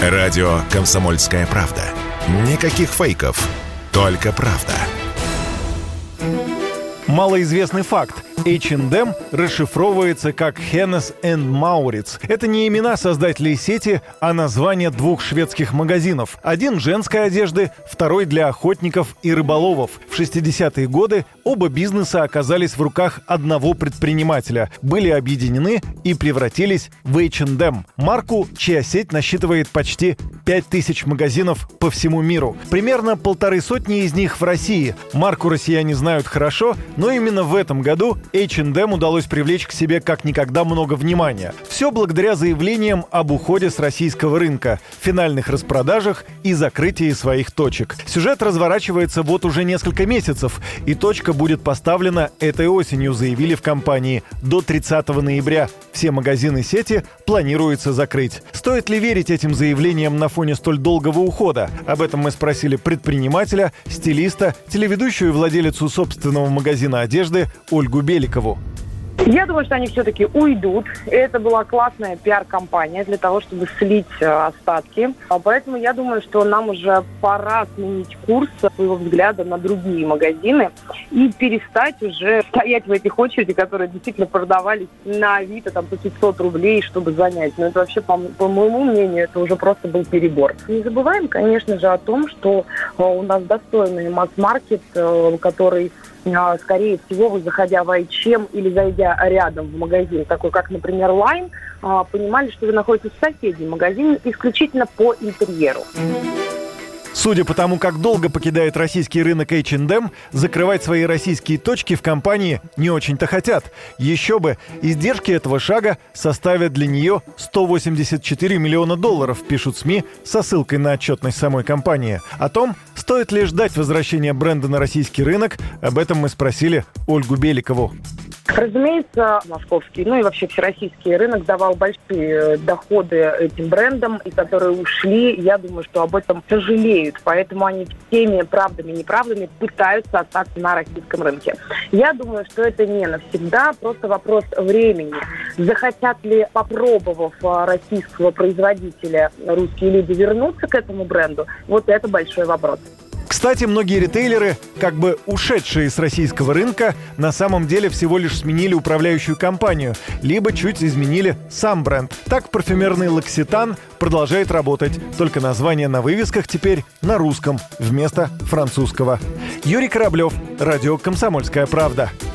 Радио «Комсомольская правда». Никаких фейков, только правда. Малоизвестный факт. H&M расшифровывается как Hennes & Mauritz. Это не имена создателей сети, а название двух шведских магазинов. Один женской одежды, второй для охотников и рыболовов. В 60-е годы оба бизнеса оказались в руках одного предпринимателя, были объединены и превратились в H&M. Марку, чья сеть насчитывает почти 5000 магазинов по всему миру. Примерно 150 из них в России. Марку россияне знают хорошо, но именно в этом году H&M удалось привлечь к себе как никогда много внимания. Все благодаря заявлениям об уходе с российского рынка, финальных распродажах и закрытии своих точек. Сюжет разворачивается вот уже несколько месяцев, и точка будет поставлена этой осенью, заявили в компании. До 30 ноября все магазины сети планируется закрыть. Стоит ли верить этим заявлениям на фоне столь долгого ухода? Об этом мы спросили предпринимателя, стилиста, телеведущую и владелицу собственного магазина одежды Ольгу Беликову. Я думаю, что они все-таки уйдут. Это была классная пиар-компания для того, чтобы слить остатки. Поэтому я думаю, что нам уже пора сменить курс своего взгляда на другие магазины и перестать уже стоять в этих очередях, которые действительно продавались на Авито там, по 500 рублей, чтобы занять. Но это вообще, по моему мнению, это уже просто был перебор. Не забываем, конечно же, о том, что у нас достойный масс-маркет, который, скорее всего, вы, заходя в H&M или зайдя рядом в магазин, такой как, например, Line, понимали, что вы находитесь в соседнем магазине исключительно по интерьеру. Судя по тому, как долго покидает российский рынок H&M, закрывать свои российские точки в компании не очень-то хотят. Еще бы, издержки этого шага составят для нее $184 миллиона, пишут СМИ со ссылкой на отчетность самой компании. О том, стоит ли ждать возвращения бренда на российский рынок, об этом мы спросили Ольгу Беликову. Разумеется, московский, и вообще всероссийский рынок давал большие доходы этим брендам, и которые ушли, я думаю, что об этом сожалеют. Поэтому они всеми правдами и неправдами пытаются остаться на российском рынке. Я думаю, что это не навсегда, просто вопрос времени. Захотят ли, попробовав российского производителя, русские люди вернуться к этому бренду? Вот это большой вопрос. Кстати, многие ритейлеры, как бы ушедшие с российского рынка, на самом деле всего лишь сменили управляющую компанию, либо чуть изменили сам бренд. Так парфюмерный L'Occitane продолжает работать, только название на вывесках теперь на русском вместо французского. Юрий Кораблев, радио «Комсомольская правда».